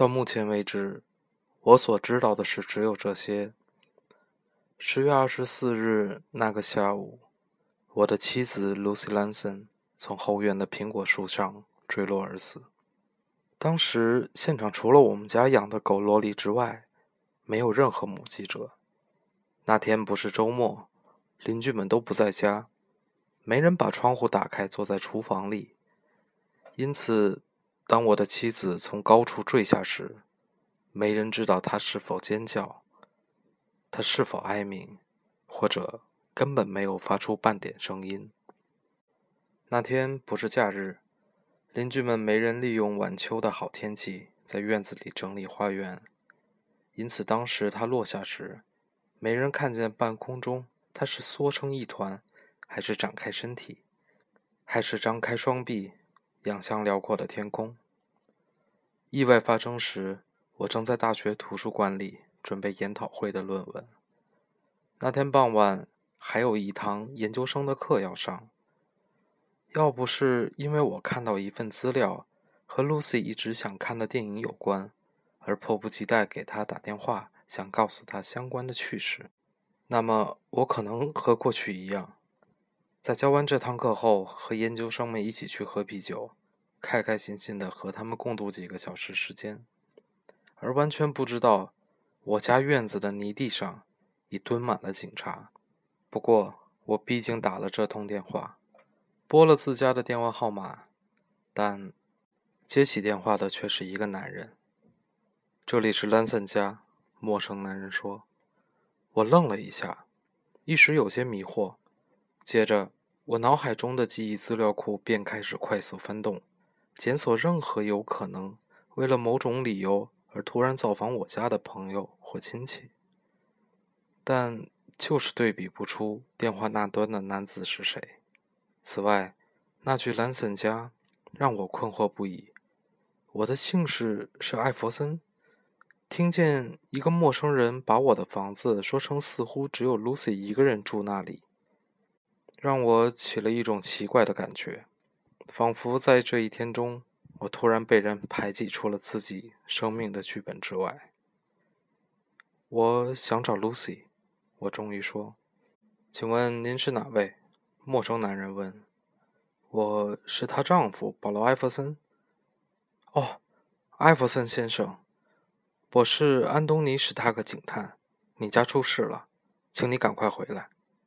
到目前为止，我所知道的事只有这些。10月24日那个下午，我的妻子 Lucy Lanson 从后院的苹果树上坠落而死。当时现场除了我们家养的狗萝莉之外，没有任何目击者。那天不是周末，邻居们都不在家，没人把窗户打开坐在厨房里。因此，当我的妻子从高处坠下时，没人知道她是否尖叫，她是否哀鸣，或者根本没有发出半点声音。那天不是假日，邻居们没人利用晚秋的好天气在院子里整理花园，因此当时它落下时，没人看见半空中它是缩成一团，还是展开身体，还是张开双臂仰向辽阔的天空。意外发生时，我正在大学图书馆里准备研讨会的论文。那天傍晚还有一堂研究生的课要上。要不是因为我看到一份资料和 Lucy 一直想看的电影有关，而迫不及待给她打电话，想告诉她相关的趣事，那么我可能和过去一样，在教完这堂课后，和研究生们一起去喝啤酒，开开心心地和他们共度几个小时时间，而完全不知道我家院子的泥地上已蹲满了警察。不过我毕竟打了这通电话，拨了自家的电话号码，但接起电话的却是一个男人。这里是兰森家，陌生男人说。我愣了一下，一时有些迷惑，接着我脑海中的记忆资料库便开始快速翻动，检索任何有可能为了某种理由而突然造访我家的朋友或亲戚，但就是对比不出电话那端的男子是谁。此外，那句兰森家让我困惑不已。我的姓氏是艾弗森，听见一个陌生人把我的房子说成似乎只有 Lucy 一个人住那里，让我起了一种奇怪的感觉，仿佛在这一天中，我突然被人排挤出了自己生命的剧本之外。我想找 Lucy， 我终于说。请问您是哪位？陌生男人问。我是她丈夫保罗·艾弗森。哦，艾弗森先生，我是安东尼·史塔克警探，你家出事了，请你赶快回来。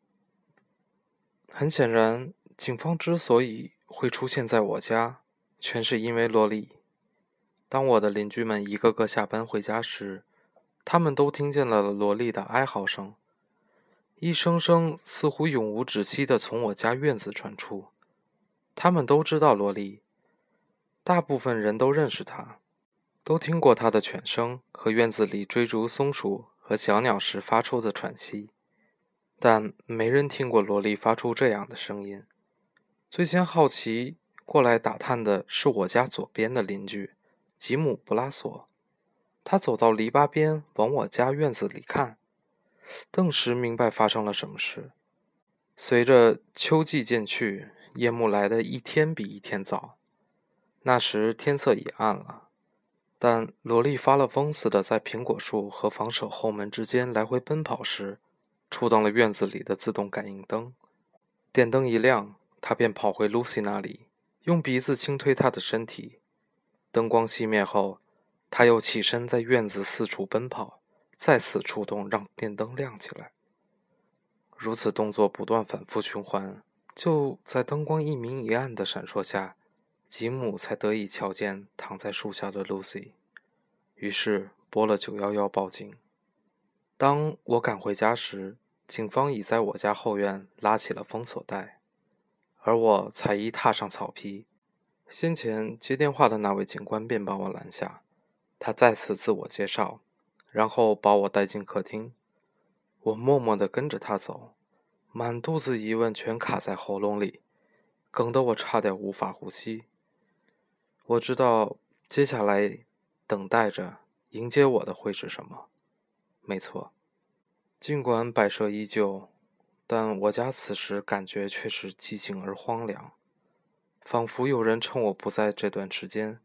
很显然，警方之所以会出现在我家，全是因为萝莉。当我的邻居们一个个下班回家时，他们都听见了萝莉的哀嚎声，一声声似乎永无止息地从我家院子传出。他们都知道萝莉，大部分人都认识她，都听过她的犬声和院子里追逐松鼠和小鸟时发出的喘息，但没人听过萝莉发出这样的声音。最先好奇过来打探的是我家左边的邻居吉姆·布拉索，他走到篱笆边往我家院子里看，顿时明白发生了什么事。随着秋季渐去，夜幕来得一天比一天早，那时天色已暗了，但萝莉发了疯似的在苹果树和房舍后门之间来回奔跑时，触动了院子里的自动感应灯。电灯一亮，她便跑回 Lucy 那里，用鼻子轻推她的身体。灯光熄灭后，她又起身在院子四处奔跑，再次触动让电灯亮起来。如此动作不断反复循环，就在灯光一明一暗的闪烁下，吉姆才得以瞧见躺在树下的 Lucy， 于是拨了911报警。当我赶回家时，警方已在我家后院拉起了封锁带，而我才一踏上草皮，先前接电话的那位警官便把我拦下。他再次自我介绍，然后把我带进客厅。我默默地跟着他走，满肚子疑问全卡在喉咙里，哽得我差点无法呼吸。我知道接下来等待着迎接我的会是什么。没错，尽管摆设依旧，但我家此时感觉却是寂静而荒凉，仿佛有人趁我不在这段时间，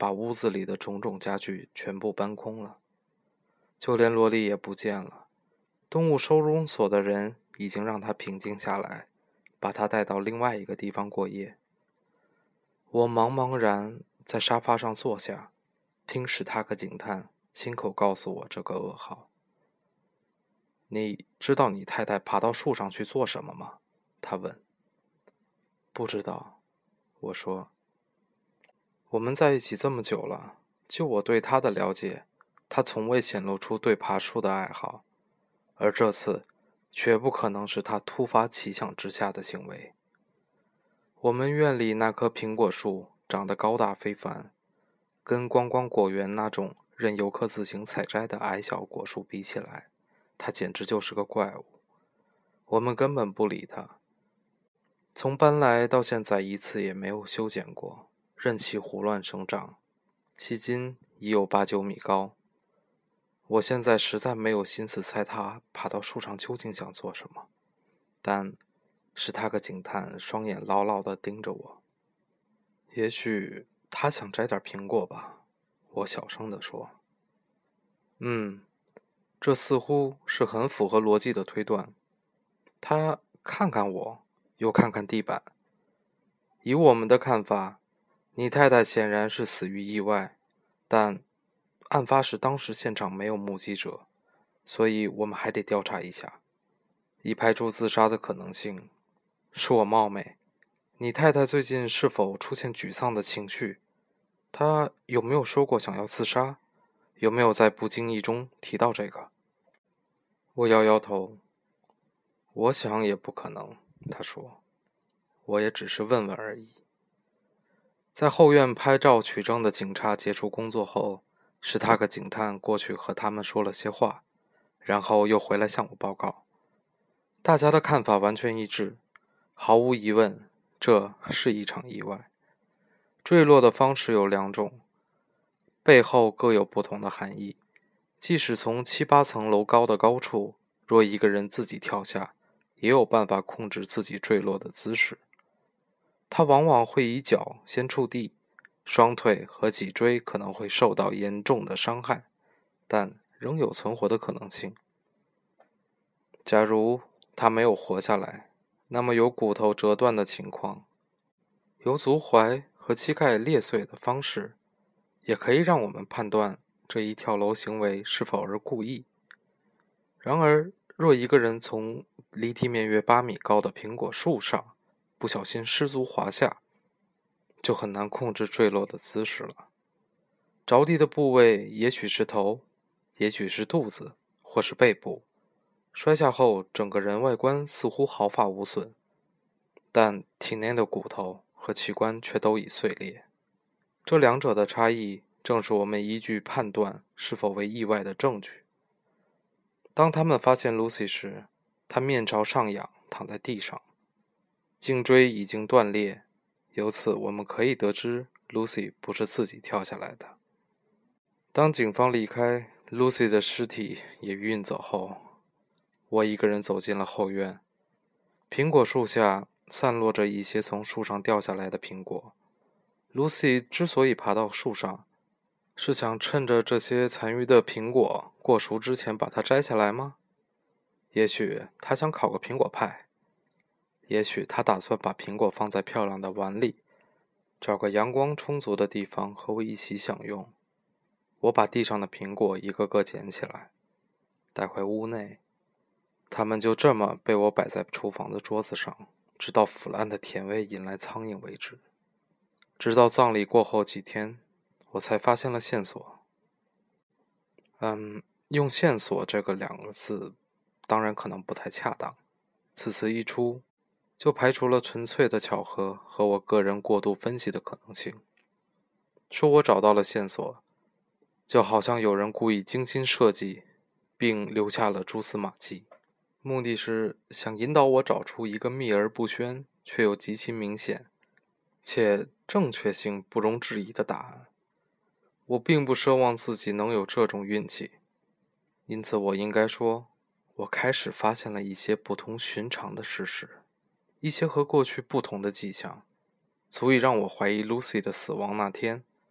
把屋子里的种种家具全部搬空了，就连萝莉也不见了。动物收容所的人已经让他平静下来，把他带到另外一个地方过夜。我茫茫然在沙发上坐下，听史塔克警探亲口告诉我这个噩耗。你知道你太太爬到树上去做什么吗？他问。不知道，我说。我们在一起这么久了，就我对他的了解，他从未显露出对爬树的爱好，而这次绝不可能是他突发奇想之下的行为。我们院里那棵苹果树长得高大非凡，跟观光果园那种任游客自行采摘的矮小果树比起来，它简直就是个怪物。我们根本不理它，从搬来到现在一次也没有修剪过，任其胡乱生长，迄今已有8-9米高。我现在实在没有心思猜它爬到树上究竟想做什么，但史塔克警探双眼牢牢地盯着我。也许他想摘点苹果吧，我小声地说。这似乎是很符合逻辑的推断。他看看我，又看看地板。以我们的看法，你太太显然是死于意外，但案发时当时现场没有目击者，所以我们还得调查一下，以排除自杀的可能性。恕我冒昧，你太太最近是否出现沮丧的情绪？她有没有说过想要自杀？有没有在不经意中提到这个？我摇摇头。我想也不可能，他说。我也只是问问而已。在后院拍照取证的警察结束工作后，史塔克警探过去和他们说了些话，然后又回来向我报告。大家的看法完全一致，毫无疑问，这是一场意外。坠落的方式有2种，背后各有不同的含义。即使从7-8层楼高的高处，若一个人自己跳下，也有办法控制自己坠落的姿势。他往往会以脚先触地，双腿和脊椎可能会受到严重的伤害，但仍有存活的可能性。假如他没有活下来，那么有骨头折断的情况，有足踝和膝盖裂碎的方式，也可以让我们判断这一跳楼行为是否而故意。然而，若一个人从离地面约8米高的苹果树上不小心失足滑下，就很难控制坠落的姿势了。着地的部位也许是头，也许是肚子，或是背部。摔下后，整个人外观似乎毫发无损，但体内的骨头和器官却都已碎裂。这2者的差异，正是我们依据判断是否为意外的证据。当他们发现 Lucy 时，她面朝上仰躺在地上，颈椎已经断裂，由此我们可以得知 Lucy 不是自己跳下来的。当警方离开， Lucy 的尸体也运走后，我一个人走进了后院。苹果树下散落着一些从树上掉下来的苹果。Lucy 之所以爬到树上，是想趁着这些残余的苹果过熟之前把它摘下来吗？也许她想烤个苹果派，也许她打算把苹果放在漂亮的碗里，找个阳光充足的地方和我一起享用。我把地上的苹果一个个捡起来，带回屋内。它们就这么被我摆在厨房的桌子上，直到腐烂的甜味引来苍蝇为止。直到葬礼过后几天，我才发现了线索。用线索这个2个字当然可能不太恰当，此词一出，就排除了纯粹的巧合和我个人过度分析的可能性。说我找到了线索，就好像有人故意精心设计，并留下了蛛丝马迹，目的是想引导我找出一个秘而不宣却又极其明显且正确性不容置疑的答案。我并不奢望自己能有这种运气，因此我应该说，我开始发现了一些不同寻常的事实，一些和过去不同的迹象，足以让我怀疑 Lucy 的死亡那天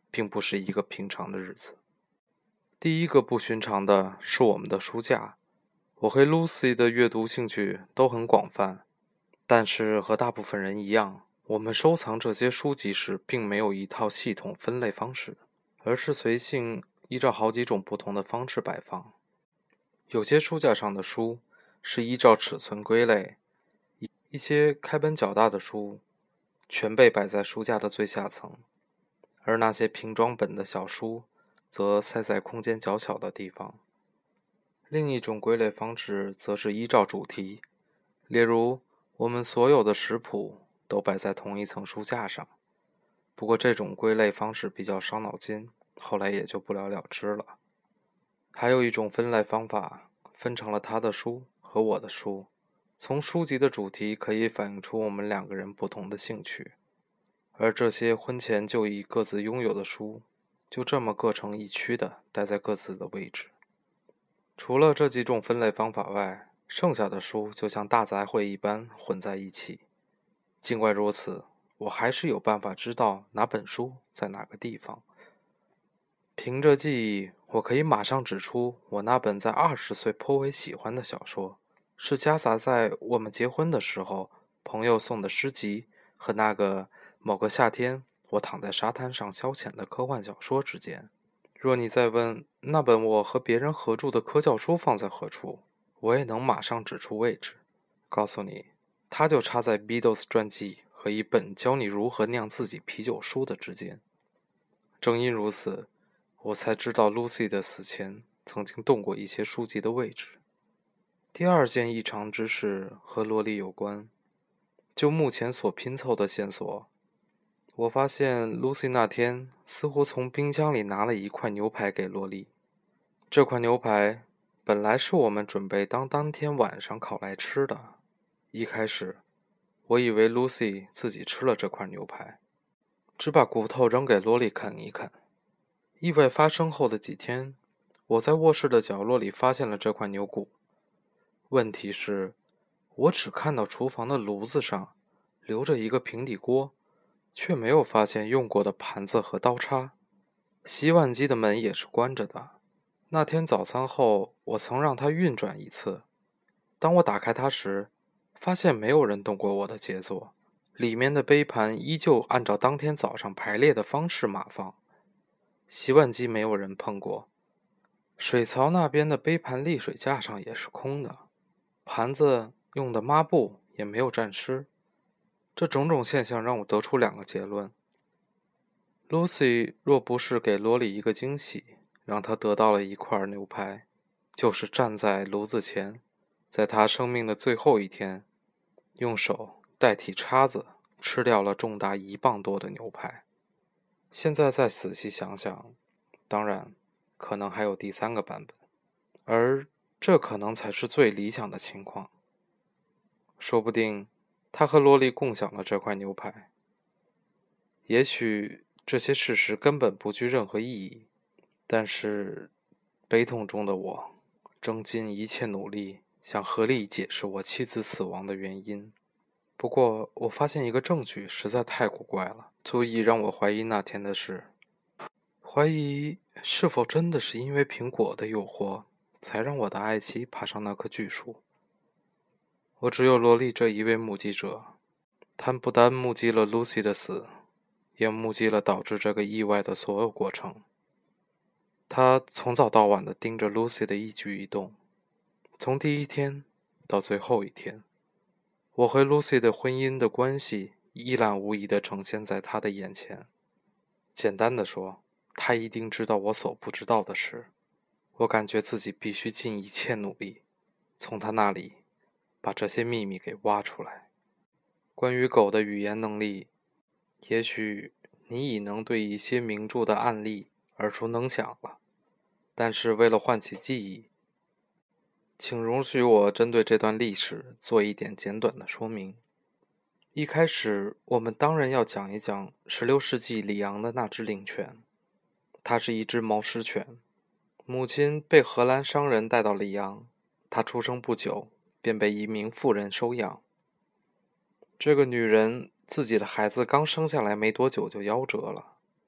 并不是一个平常的日子。第一个不寻常的是我们的书架。我和 Lucy 的阅读兴趣都很广泛，但是和大部分人一样，我们收藏这些书籍时并没有一套系统分类方式，而是随性依照好几种不同的方式摆放。有些书架上的书是依照尺寸归类，一些开本较大的书全被摆在书架的最下层，而那些平装本的小书则塞在空间较小的地方。另一种归类方式则是依照主题，例如我们所有的食谱都摆在同一层书架上。不过这种归类方式比较伤脑筋，后来也就不了了之了。还有一种分类方法，分成了他的书和我的书。从书籍的主题可以反映出我们两个人不同的兴趣，而这些婚前就已各自拥有的书，就这么各成一区的待在各自的位置。除了这几种分类方法外，剩下的书就像大杂烩一般混在一起。尽管如此，我还是有办法知道哪本书在哪个地方。凭着记忆，我可以马上指出我那本在20岁颇为喜欢的小说，是夹杂在我们结婚的时候朋友送的诗集和那个某个夏天我躺在沙滩上消遣的科幻小说之间。若你再问那本我和别人合著的科教书放在何处，我也能马上指出位置，告诉你，它就插在 Beatles 传记和一本教你如何酿自己啤酒书的之间。正因如此，我才知道 Lucy 的死前曾经动过一些书籍的位置。第二件异常之事和萝莉有关。就目前所拼凑的线索，我发现 Lucy 那天似乎从冰箱里拿了一块牛排给萝莉。这块牛排本来是我们准备当天晚上烤来吃的。一开始，我以为 Lucy 自己吃了这块牛排，只把骨头扔给萝莉啃一啃。意外发生后的几天，我在卧室的角落里发现了这块牛骨。问题是，我只看到厨房的炉子上留着一个平底锅，却没有发现用过的盘子和刀叉。洗碗机的门也是关着的。那天早餐后，我曾让它运转一次。当我打开它时，发现没有人动过我的杰作，里面的杯盘依旧按照当天早上排列的方式码放。洗碗机没有人碰过，水槽那边的杯盘沥水架上也是空的，盘子用的抹布也没有沾湿。这种种现象让我得出2个结论。Lucy 若不是给罗里一个惊喜，让他得到了一块牛排，就是站在炉子前，在他生命的最后一天，用手代替叉子吃掉了重达1磅多的牛排。现在再仔细想想，当然可能还有第3个版本，而这可能才是最理想的情况。说不定他和罗莉共享了这块牛排。也许这些事实根本不具任何意义，但是悲痛中的我正尽一切努力想合理解释我妻子死亡的原因。不过我发现一个证据实在太古怪了，足以让我怀疑那天的事，怀疑是否真的是因为苹果的诱惑才让我的爱妻爬上那棵巨树。我只有罗莉这一位目击者，他不单目击了 Lucy 的死，也目击了导致这个意外的所有过程。他从早到晚地盯着 Lucy 的一举一动，从第一天到最后一天。我和 Lucy 的婚姻的关系一览无遗地呈现在他的眼前。简单地说，他一定知道我所不知道的事。我感觉自己必须尽一切努力，从他那里把这些秘密给挖出来。关于狗的语言能力，也许你已能对一些名著的案例耳熟能详了，但是为了唤起记忆，请容许我针对这段历史做一点简短的说明。一开始，我们当然要讲一讲16世纪里昂的那只领犬。它是一只毛狮犬，母亲被荷兰商人带到里昂，它出生不久便被一名妇人收养。这个女人自己的孩子刚生下来没多久就夭折了。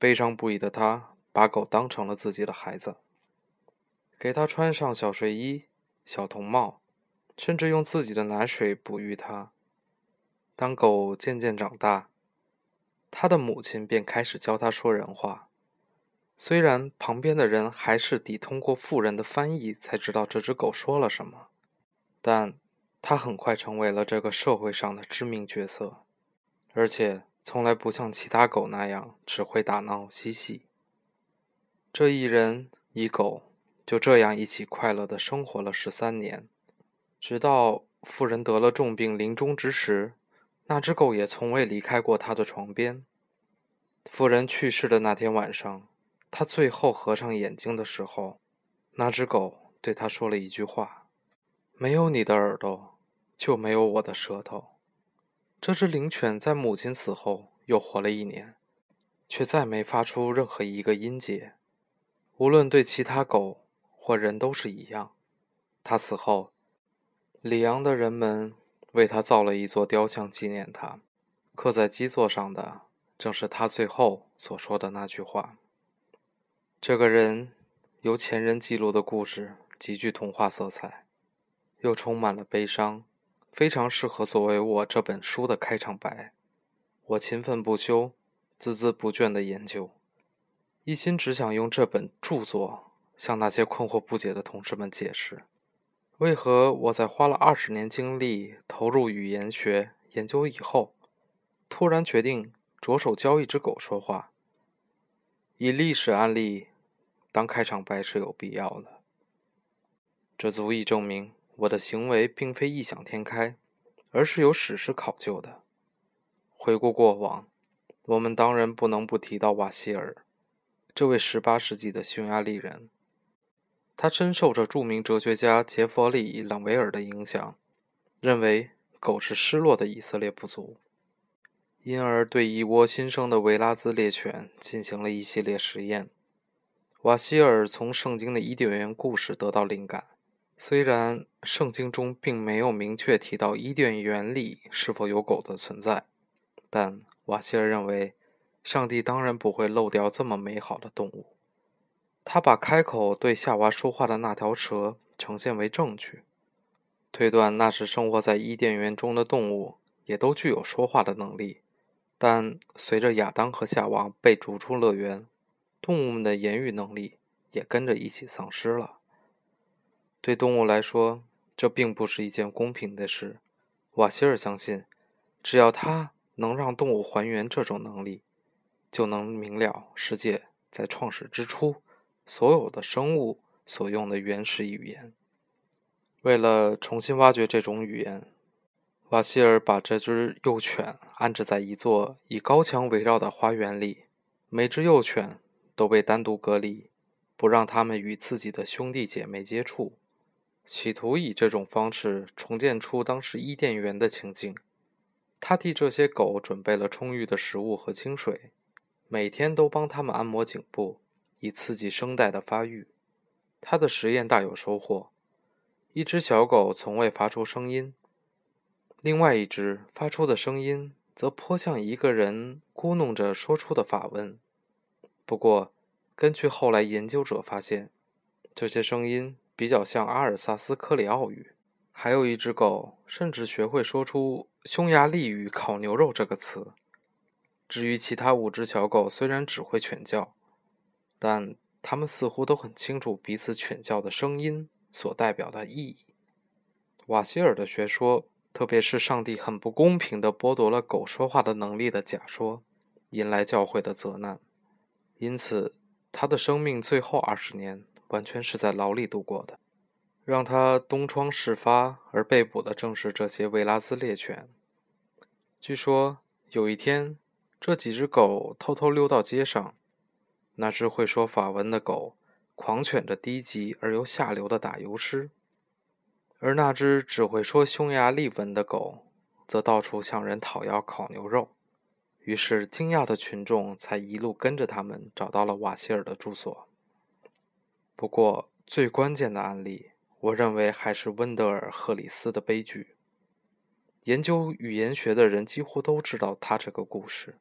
悲伤不已的他把狗当成了自己的孩子，给他穿上小睡衣、小童帽，甚至用自己的奶水哺育它。当狗渐渐长大，他的母亲便开始教他说人话。虽然旁边的人还是得通过妇人的翻译才知道这只狗说了什么，但他很快成为了这个社会上的知名角色，而且从来不像其他狗那样只会打闹嬉戏。这一人一狗就这样一起快乐地生活了13年，直到妇人得了重病临终之时，那只狗也从未离开过他的床边。妇人去世的那天晚上，他最后合上眼睛的时候，那只狗对他说了一句话：没有你的耳朵，就没有我的舌头。这只灵犬在母亲死后又活了1年，却再没发出任何一个音节。无论对其他狗或人都是一样。他死后，里昂的人们为他造了一座雕像纪念他，刻在基座上的正是他最后所说的那句话。这个人由前人记录的故事极具童话色彩，又充满了悲伤，非常适合作为我这本书的开场白。我勤奋不休，孜孜不倦地研究，一心只想用这本著作向那些困惑不解的同事们解释，为何我在花了20年精力投入语言学研究以后，突然决定着手教一只狗说话。以历史案例当开场白是有必要的，这足以证明我的行为并非异想天开，而是有史实考究的。回顾过往，我们当然不能不提到瓦希尔，这位18世纪的匈牙利人。他深受着著名哲学家杰弗里·朗维尔的影响，认为狗是失落的以色列部族，因而对一窝新生的维拉兹猎犬进行了一系列实验。瓦希尔从圣经的伊甸园故事得到灵感，虽然圣经中并没有明确提到伊甸园里是否有狗的存在，但瓦希尔认为上帝当然不会漏掉这么美好的动物。他把开口对夏娃说话的那条蛇呈现为证据，推断那时生活在伊甸园中的动物也都具有说话的能力。但随着亚当和夏娃被逐出乐园，动物们的言语能力也跟着一起丧失了。对动物来说，这并不是一件公平的事。瓦希尔相信，只要他能让动物还原这种能力，就能明了世界在创始之初所有的生物所用的原始语言。为了重新挖掘这种语言，瓦希尔把这只幼犬安置在一座以高墙围绕的花园里，每只幼犬都被单独隔离，不让它们与自己的兄弟姐妹接触，企图以这种方式重建出当时伊甸园的情景。他替这些狗准备了充裕的食物和清水，每天都帮它们按摩颈部，以刺激声带的发育。他的实验大有收获，一只小狗从未发出声音，另外一只发出的声音则颇像一个人咕哝着说出的法文。不过，根据后来研究者发现，这些声音比较像阿尔萨斯科里奥语。还有一只狗甚至学会说出匈牙利语烤牛肉这个词。至于其他5只小狗，虽然只会犬叫，但它们似乎都很清楚彼此犬叫的声音所代表的意义。瓦希尔的学说，特别是上帝很不公平地剥夺了狗说话的能力的假说，引来教会的责难。因此，他的生命最后20年完全是在牢里度过的。让他东窗事发而被捕的正是这些维拉兹猎犬。据说有一天，这几只狗偷偷溜到街上，那只会说法文的狗狂犬着低级而又下流的打油诗，而那只只会说匈牙利文的狗则到处向人讨要烤牛肉。于是惊讶的群众才一路跟着他们找到了瓦希尔的住所。不过最关键的案例，我认为还是温德尔·赫里斯的悲剧。研究语言学的人几乎都知道他这个故事。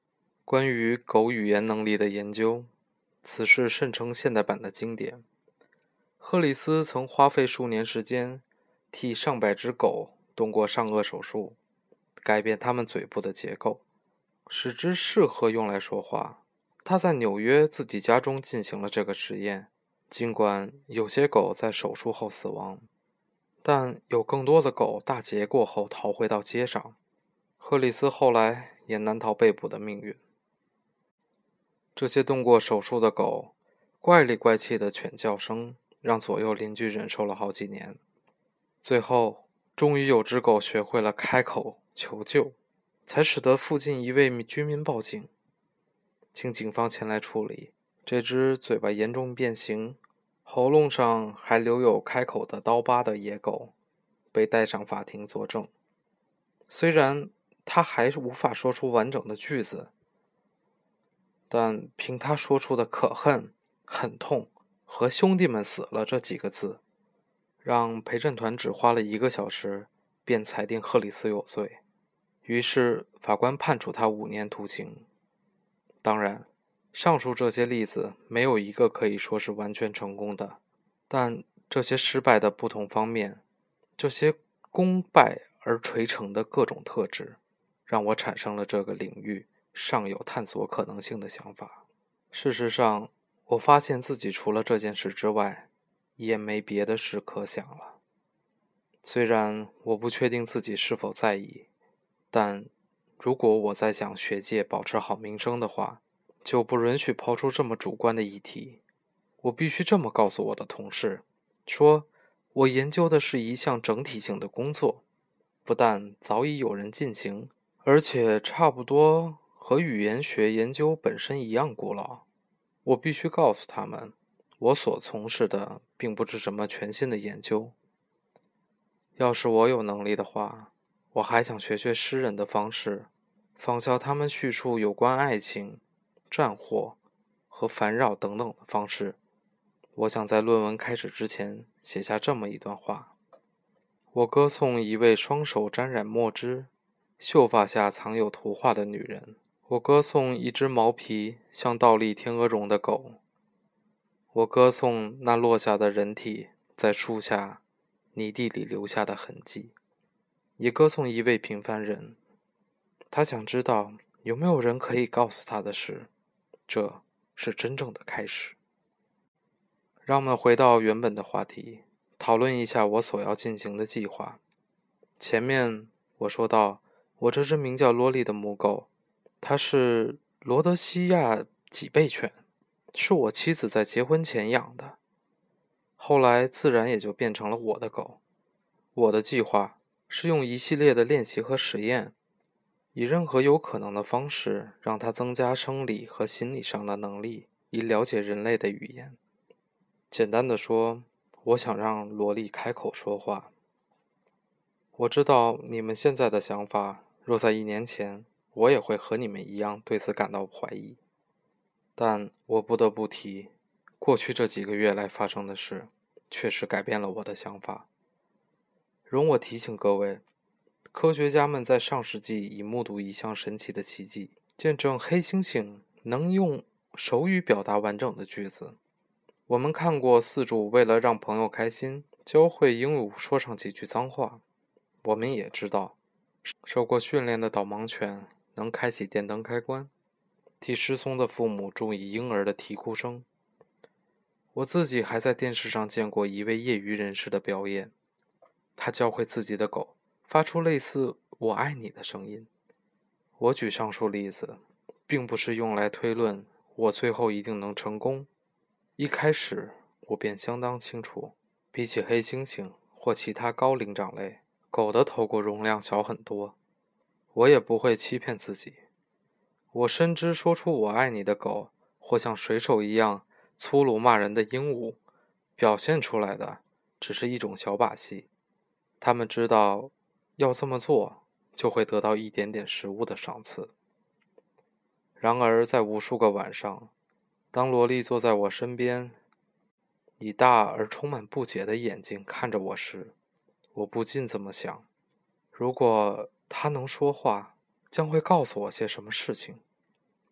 关于狗语言能力的研究，此事甚成现代版的经典。赫里斯曾花费数年时间，替上百只狗动过上颚手术，改变它们嘴部的结构，使之适合用来说话。他在纽约自己家中进行了这个实验，尽管有些狗在手术后死亡，但有更多的狗大劫过后逃回到街上。赫里斯后来也难逃被捕的命运。这些动过手术的狗怪里怪气的犬叫声让左右邻居忍受了好几年，最后终于有只狗学会了开口求救，才使得附近一位居民报警，请警方前来处理。这只嘴巴严重变形，喉咙上还留有开口的刀疤的野狗被带上法庭作证。虽然他还无法说出完整的句子，但凭他说出的可恨、很痛和兄弟们死了这几个字，让陪审团只花了1个小时便裁定赫里斯有罪。于是法官判处他5年徒刑。当然，上述这些例子没有一个可以说是完全成功的，但这些失败的不同方面，这些功败而垂成的各种特质，让我产生了这个领域尚有探索可能性的想法。事实上，我发现自己除了这件事之外，也没别的事可想了。虽然我不确定自己是否在意，但如果我在想学界保持好名声的话，就不允许抛出这么主观的议题。我必须这么告诉我的同事，说我研究的是一项整体性的工作，不但早已有人进行，而且差不多和语言学研究本身一样古老。我必须告诉他们，我所从事的并不是什么全新的研究。要是我有能力的话，我还想学学诗人的方式，仿效他们叙述有关爱情、战祸和烦扰等等的方式。我想在论文开始之前写下这么一段话：我歌颂一位双手沾染墨汁、秀发下藏有图画的女人。我歌颂一只毛皮像倒立天鹅绒的狗。我歌颂那落下的人体在树下泥地里留下的痕迹，也歌颂一位平凡人。他想知道有没有人可以告诉他的是，这是真正的开始。让我们回到原本的话题，讨论一下我所要进行的计划。前面我说到，我这只名叫罗莉的母狗，它是罗德西亚脊背犬，是我妻子在结婚前养的，后来自然也就变成了我的狗。我的计划是用一系列的练习和实验，以任何有可能的方式让它增加生理和心理上的能力，以了解人类的语言。简单的说，我想让萝莉开口说话。我知道你们现在的想法，若在1年前，我也会和你们一样对此感到怀疑。但我不得不提，过去这几个月来发生的事，确实改变了我的想法。容我提醒各位，科学家们在上世纪已目睹一项神奇的奇迹，见证黑猩猩能用手语表达完整的句子。我们看过饲主为了让朋友开心，教会鹦鹉说上几句脏话。我们也知道，受过训练的导盲犬能开启电灯开关，替失聪的父母注意婴儿的啼哭声。我自己还在电视上见过一位业余人士的表演，他教会自己的狗发出类似“我爱你”的声音。我举上述例子，并不是用来推论我最后一定能成功。一开始我便相当清楚，比起黑猩猩或其他高灵长类，狗的头骨容量小很多。我也不会欺骗自己，我深知说出“我爱你”的狗，或像水手一样粗鲁骂人的鹦鹉，表现出来的只是一种小把戏。他们知道要这么做，就会得到一点点食物的赏赐。然而在无数个晚上，当萝莉坐在我身边，以大而充满不解的眼睛看着我时，我不禁这么想：如果她能说话，将会告诉我些什么事情？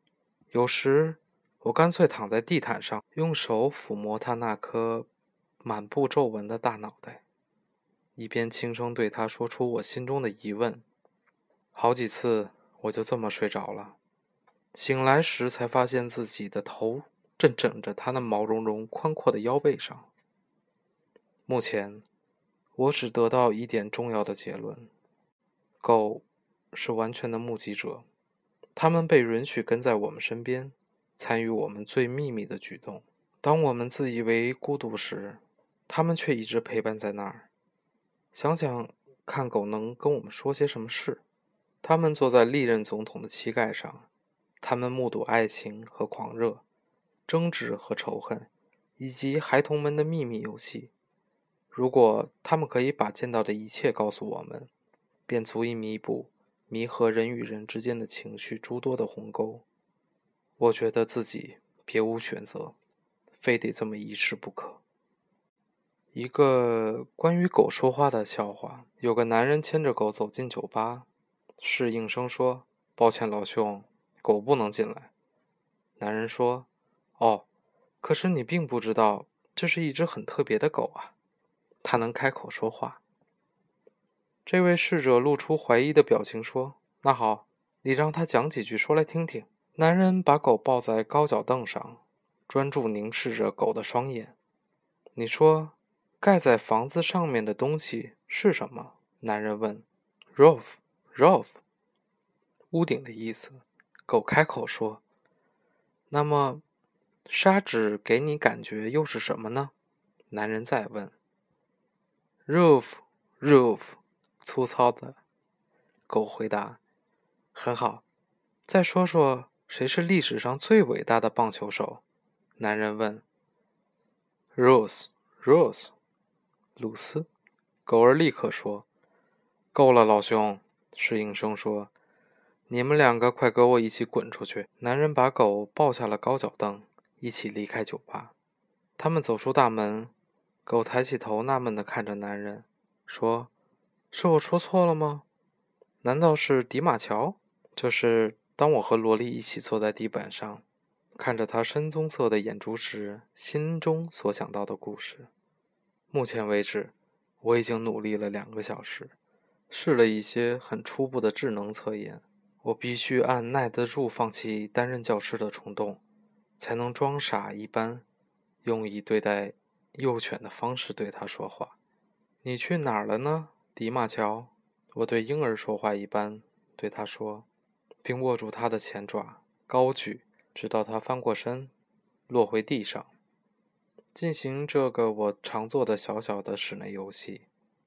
有时我干脆躺在地毯上，用手抚摸他那颗满布皱纹的大脑袋，一边轻声对他说出我心中的疑问。好几次我就这么睡着了，醒来时才发现自己的头正枕着他那毛茸茸宽阔的腰背上。目前我只得到一点重要的结论：狗是完全的目击者，它们被允许跟在我们身边，参与我们最秘密的举动。当我们自以为孤独时，它们却一直陪伴在那儿。想想看，狗能跟我们说些什么事？它们坐在历任总统的膝盖上，它们目睹爱情和狂热，争执和仇恨，以及孩童们的秘密游戏。如果他们可以把见到的一切告诉我们，便足以弥补弥合人与人之间的情绪诸多的鸿沟。我觉得自己别无选择，非得这么一试不可。一个关于狗说话的笑话：有个男人牵着狗走进酒吧，侍应生说：“抱歉，老兄，狗不能进来。”男人说：“哦，可是你并不知道，这是一只很特别的狗啊，它能开口说话。”这位侍者露出怀疑的表情说：“那好，你让他讲几句说来听听。”男人把狗抱在高脚凳上，专注凝视着狗的双眼。“你说，盖在房子上面的东西是什么？”男人问。“Roof，屋顶的意思。”狗开口说。“那么，砂纸给你感觉又是什么呢？”男人再问。“Roof，粗糙的。”狗回答。“很好，再说说谁是历史上最伟大的棒球手？”男人问。“Rose，鲁斯。”狗儿立刻说。“够了，老兄。”侍应生说，“你们两个快跟我一起滚出去。”男人把狗抱下了高脚凳，一起离开酒吧。他们走出大门，狗抬起头纳闷地看着男人，说：“是我说错了吗？难道是迪马乔？”这是当我和萝莉一起坐在地板上，看着她深棕色的眼珠时，心中所想到的故事。目前为止，我已经努力了2个小时，试了一些很初步的智能测验。我必须按耐得住放弃担任教师的冲动，才能装傻一般，用以对待幼犬的方式对他说话。“你去哪儿了呢，迪马乔？”我对婴儿说话一般对他说，并握住他的前爪，高举，直到他翻过身，落回地上，进行这个我常做的小小的室内游戏。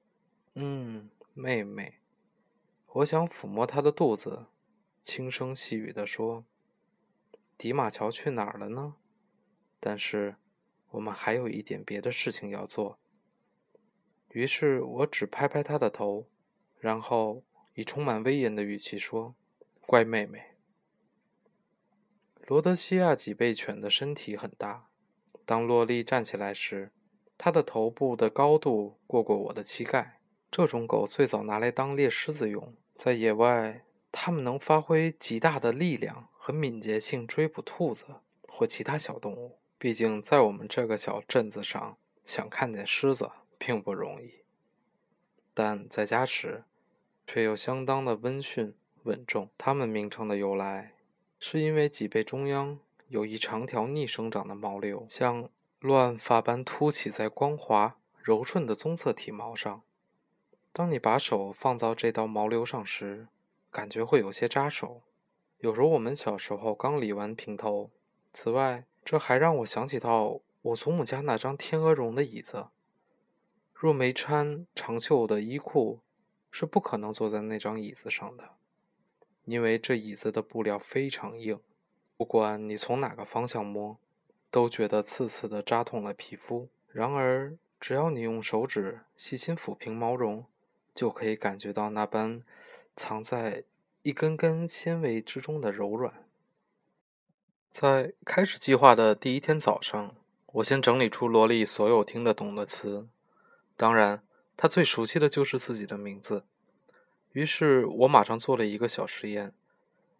妹妹。我想抚摸她的肚子，轻声细语地说：“迪马乔去哪儿了呢？但是我们还有一点别的事情要做。”于是我只拍拍她的头，然后以充满威严的语气说：“乖妹妹。”罗德西亚脊背犬的身体很大，当洛丽站起来时，她的头部的高度过我的膝盖。这种狗最早拿来当猎狮子用，在野外，它们能发挥极大的力量和敏捷性追捕兔子或其他小动物。毕竟在我们这个小镇子上，想看见狮子并不容易。但在家时，却又相当的温驯稳重。它们名称的由来，是因为脊背中央有一长条逆生长的毛瘤，像乱发般凸起在光滑柔顺的棕色体毛上。当你把手放到这道毛瘤上时，感觉会有些扎手，有如我们小时候刚理完平头。此外，这还让我想起到我祖母家那张天鹅绒的椅子，若没穿长袖的衣裤，是不可能坐在那张椅子上的，因为这椅子的布料非常硬，不管你从哪个方向摸，都觉得刺刺地扎痛了皮肤。然而，只要你用手指细心抚平毛绒，就可以感觉到那般藏在一根根纤维之中的柔软。在开始计划的第1天早上，我先整理出萝莉所有听得懂的词，当然，她最熟悉的就是自己的名字。于是我马上做了一个小实验，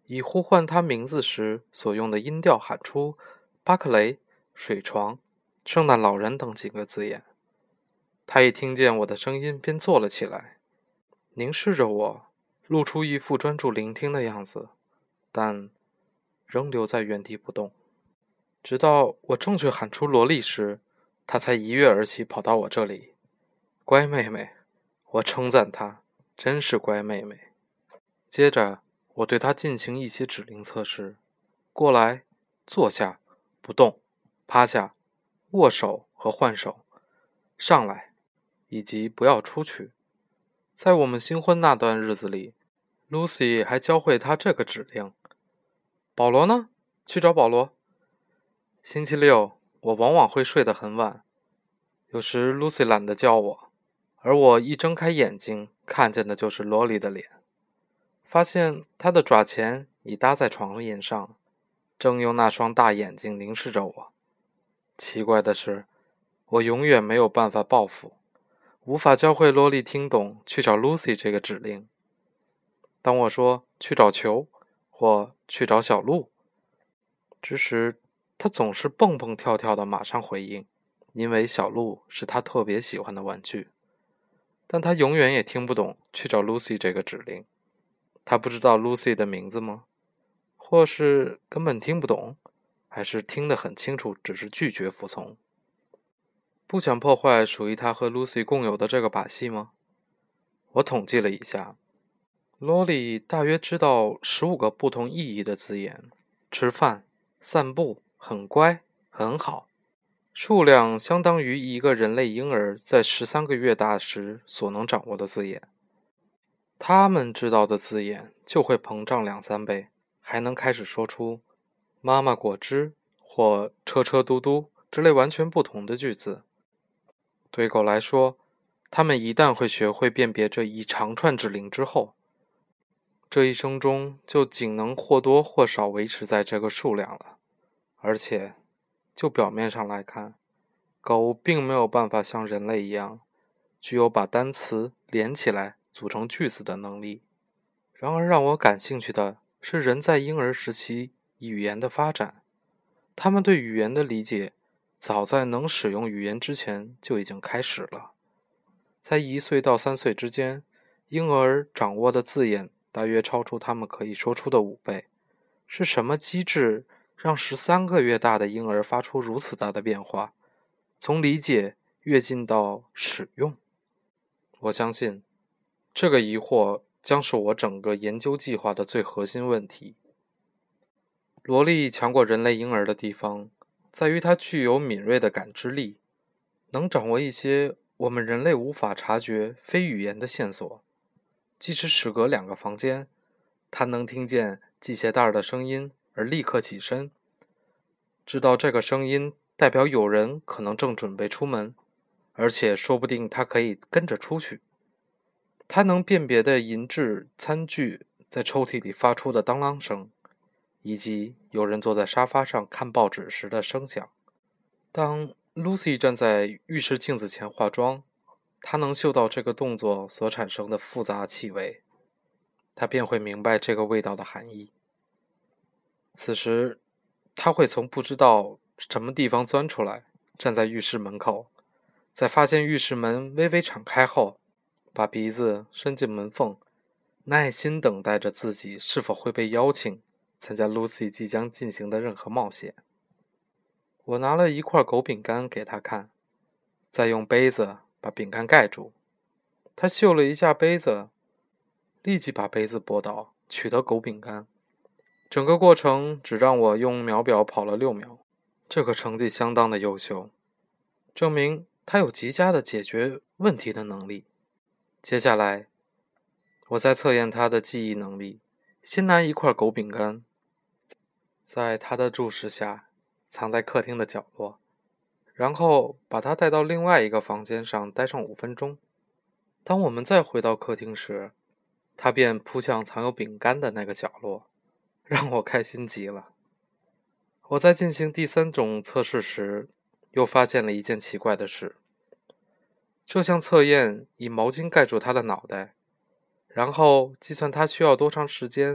以呼唤他名字时所用的音调喊出巴克雷、水床、圣诞老人等几个字眼。他一听见我的声音便坐了起来，凝视着我，露出一副专注聆听的样子，但仍留在原地不动。直到我正确喊出萝莉时，他才一跃而起跑到我这里。乖妹妹，我称赞她，真是乖妹妹。接着我对她进行一些指令测试，过来，坐下，不动，趴下，握手和换手，上来，以及不要出去。在我们新婚那段日子里， Lucy 还教会她这个指令。保罗呢？去找保罗。星期六我往往会睡得很晚，有时 Lucy 懒得叫我，而我一睁开眼睛看见的就是萝莉的脸，发现她的爪前已搭在床沿上，正用那双大眼睛凝视着我。奇怪的是，我永远没有办法报复，无法教会萝莉听懂去找 Lucy 这个指令。当我说去找球或去找小鹿之时，他总是蹦蹦跳跳的马上回应，因为小鹿是他特别喜欢的玩具。但他永远也听不懂去找 Lucy 这个指令。他不知道 Lucy 的名字吗？或是根本听不懂，还是听得很清楚，只是拒绝服从？不想破坏属于他和 Lucy 共有的这个把戏吗？我统计了一下，萝莉大约知道15个不同意义的字眼：吃饭、散步、很乖、很好，数量相当于一个人类婴儿在13个月大时所能掌握的字眼。他们知道的字眼就会膨胀2-3倍，还能开始说出妈妈果汁或车车嘟嘟之类完全不同的句子。对狗来说，它们一旦会学会辨别这一长串指令之后，这一生中就仅能或多或少维持在这个数量了。而且就表面上来看，狗并没有办法像人类一样具有把单词连起来组成句子的能力。然而让我感兴趣的是人在婴儿时期语言的发展。他们对语言的理解早在能使用语言之前就已经开始了。在1岁到3岁之间，婴儿掌握的字眼大约超出他们可以说出的5倍。是什么机制让13个月大的婴儿发出如此大的变化，从理解跃进到使用？我相信，这个疑惑将是我整个研究计划的最核心问题。萝莉强过人类婴儿的地方，在于它具有敏锐的感知力，能掌握一些我们人类无法察觉非语言的线索。即使时隔2个房间，它能听见系鞋带的声音而立刻起身，知道这个声音代表有人可能正准备出门，而且说不定他可以跟着出去。他能辨别的银质餐具在抽屉里发出的当啷声，以及有人坐在沙发上看报纸时的声响。当 Lucy 站在浴室镜子前化妆，她能嗅到这个动作所产生的复杂气味，她便会明白这个味道的含义。此时她会从不知道什么地方钻出来，站在浴室门口，在发现浴室门微微敞开后，把鼻子伸进门缝，耐心等待着自己是否会被邀请参加 Lucy 即将进行的任何冒险。我拿了一块狗饼干给她看，再用杯子把饼干盖住。她嗅了一下杯子，立即把杯子拨倒，取得狗饼干。整个过程只让我用秒表跑了6秒，这个成绩相当的优秀，证明她有极佳的解决问题的能力。接下来，我在测验她的记忆能力。先拿一块狗饼干，在她的注视下藏在客厅的角落，然后把它带到另外一个房间上待上5分钟。当我们再回到客厅时，它便扑向藏有饼干的那个角落，让我开心极了。我在进行第3种测试时，又发现了一件奇怪的事。这项测验以毛巾盖住他的脑袋，然后计算他需要多长时间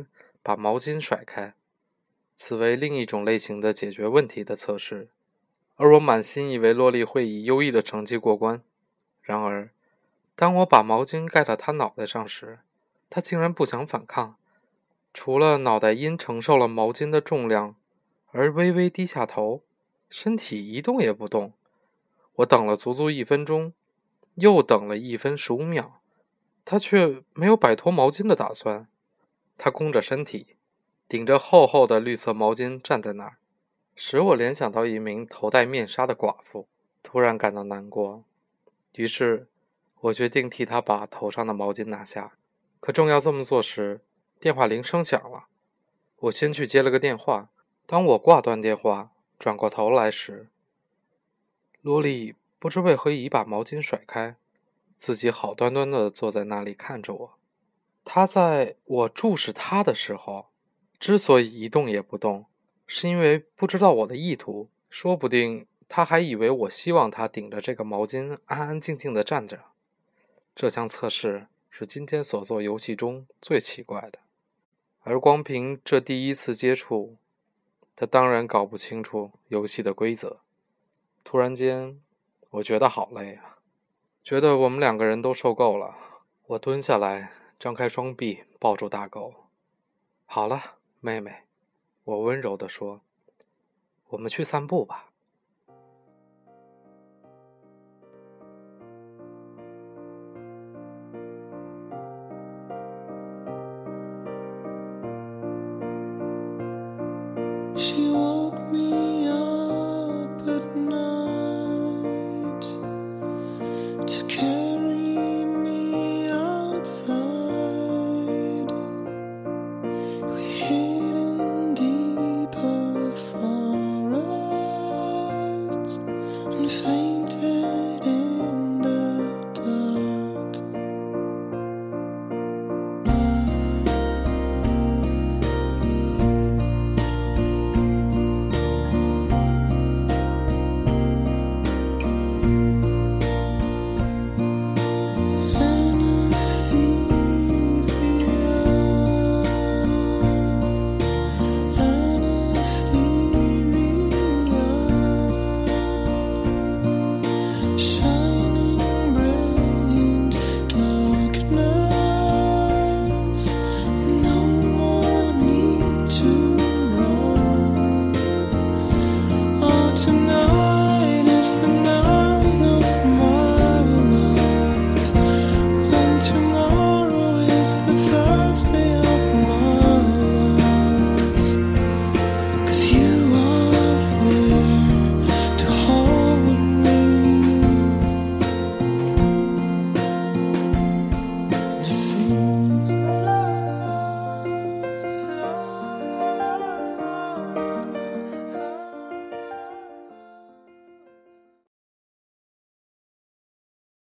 把毛巾甩开，此为另一种类型的解决问题的测试，而我满心以为洛丽会以优异的成绩过关。然而，当我把毛巾盖到她脑袋上时，她竟然不想反抗，除了脑袋因承受了毛巾的重量而微微低下头，身体一动也不动。我等了足足1分钟，又等了1分15秒，她却没有摆脱毛巾的打算。她弓着身体，顶着厚厚的绿色毛巾站在那儿，使我联想到一名头戴面纱的寡妇，突然感到难过。于是我决定替她把头上的毛巾拿下。可正要这么做时，电话铃声响了。我先去接了个电话。当我挂断电话，转过头来时，罗莉不知为何已把毛巾甩开，自己好端端地坐在那里看着我。她在我注视她的时候，之所以一动也不动，是因为不知道我的意图，说不定她还以为我希望她顶着这个毛巾安安静静地站着。这项测试是今天所做游戏中最奇怪的，而光凭这第一次接触，他当然搞不清楚游戏的规则。突然间，我觉得好累啊，觉得我们2个人都受够了。我蹲下来，张开双臂，抱住大狗。好了，妹妹，我温柔地说，我们去散步吧。 She woke me up at night to carry